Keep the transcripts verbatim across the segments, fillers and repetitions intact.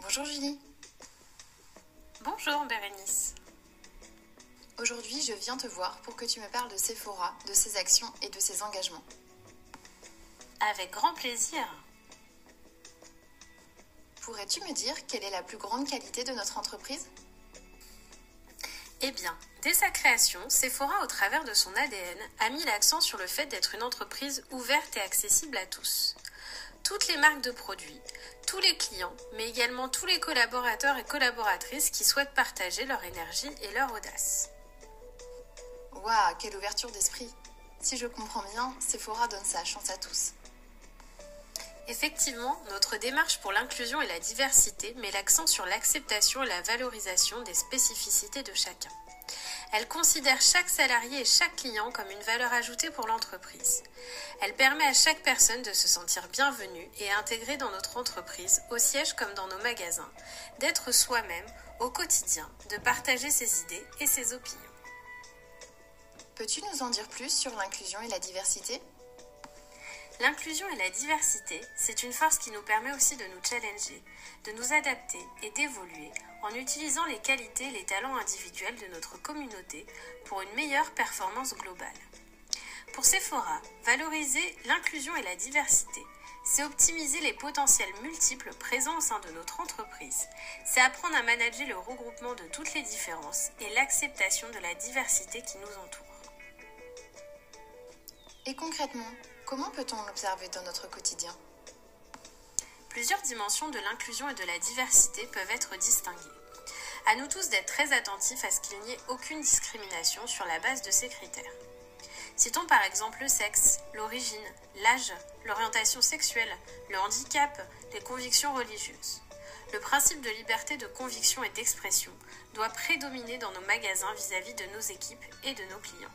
Bonjour Julie. Bonjour Bérénice. Aujourd'hui, je viens te voir pour que tu me parles de Sephora, de ses actions et de ses engagements. Avec grand plaisir. Pourrais-tu me dire quelle est la plus grande qualité de notre entreprise ? Eh bien, dès sa création, Sephora, au travers de son A D N, a mis l'accent sur le fait d'être une entreprise ouverte et accessible à tous. Toutes les marques de produits, tous les clients, mais également tous les collaborateurs et collaboratrices qui souhaitent partager leur énergie et leur audace. Waouh, quelle ouverture d'esprit! Si je comprends bien, Sephora donne sa chance à tous. Effectivement, notre démarche pour l'inclusion et la diversité met l'accent sur l'acceptation et la valorisation des spécificités de chacun. Elle considère chaque salarié et chaque client comme une valeur ajoutée pour l'entreprise. Elle permet à chaque personne de se sentir bienvenue et intégrée dans notre entreprise, au siège comme dans nos magasins, d'être soi-même au quotidien, de partager ses idées et ses opinions. Peux-tu nous en dire plus sur l'inclusion et la diversité ? L'inclusion et la diversité, c'est une force qui nous permet aussi de nous challenger, de nous adapter et d'évoluer en utilisant les qualités et les talents individuels de notre communauté pour une meilleure performance globale. Pour Sephora, valoriser l'inclusion et la diversité, c'est optimiser les potentiels multiples présents au sein de notre entreprise. C'est apprendre à manager le regroupement de toutes les différences et l'acceptation de la diversité qui nous entoure. Et concrètement, comment peut-on l'observer dans notre quotidien ? Plusieurs dimensions de l'inclusion et de la diversité peuvent être distinguées. À nous tous d'être très attentifs à ce qu'il n'y ait aucune discrimination sur la base de ces critères. Citons par exemple le sexe, l'origine, l'âge, l'orientation sexuelle, le handicap, les convictions religieuses. Le principe de liberté de conviction et d'expression doit prédominer dans nos magasins vis-à-vis de nos équipes et de nos clients.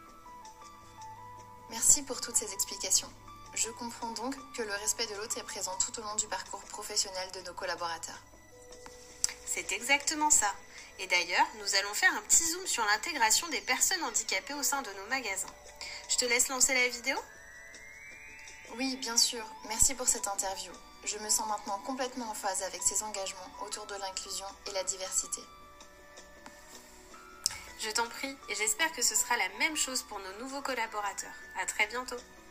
Merci pour toutes ces explications. Je comprends donc que le respect de l'autre est présent tout au long du parcours professionnel de nos collaborateurs. C'est exactement ça. Et d'ailleurs, nous allons faire un petit zoom sur l'intégration des personnes handicapées au sein de nos magasins. Je te laisse lancer la vidéo ? Oui, bien sûr. Merci pour cette interview. Je me sens maintenant complètement en phase avec ces engagements autour de l'inclusion et la diversité. Je t'en prie, et j'espère que ce sera la même chose pour nos nouveaux collaborateurs. À très bientôt.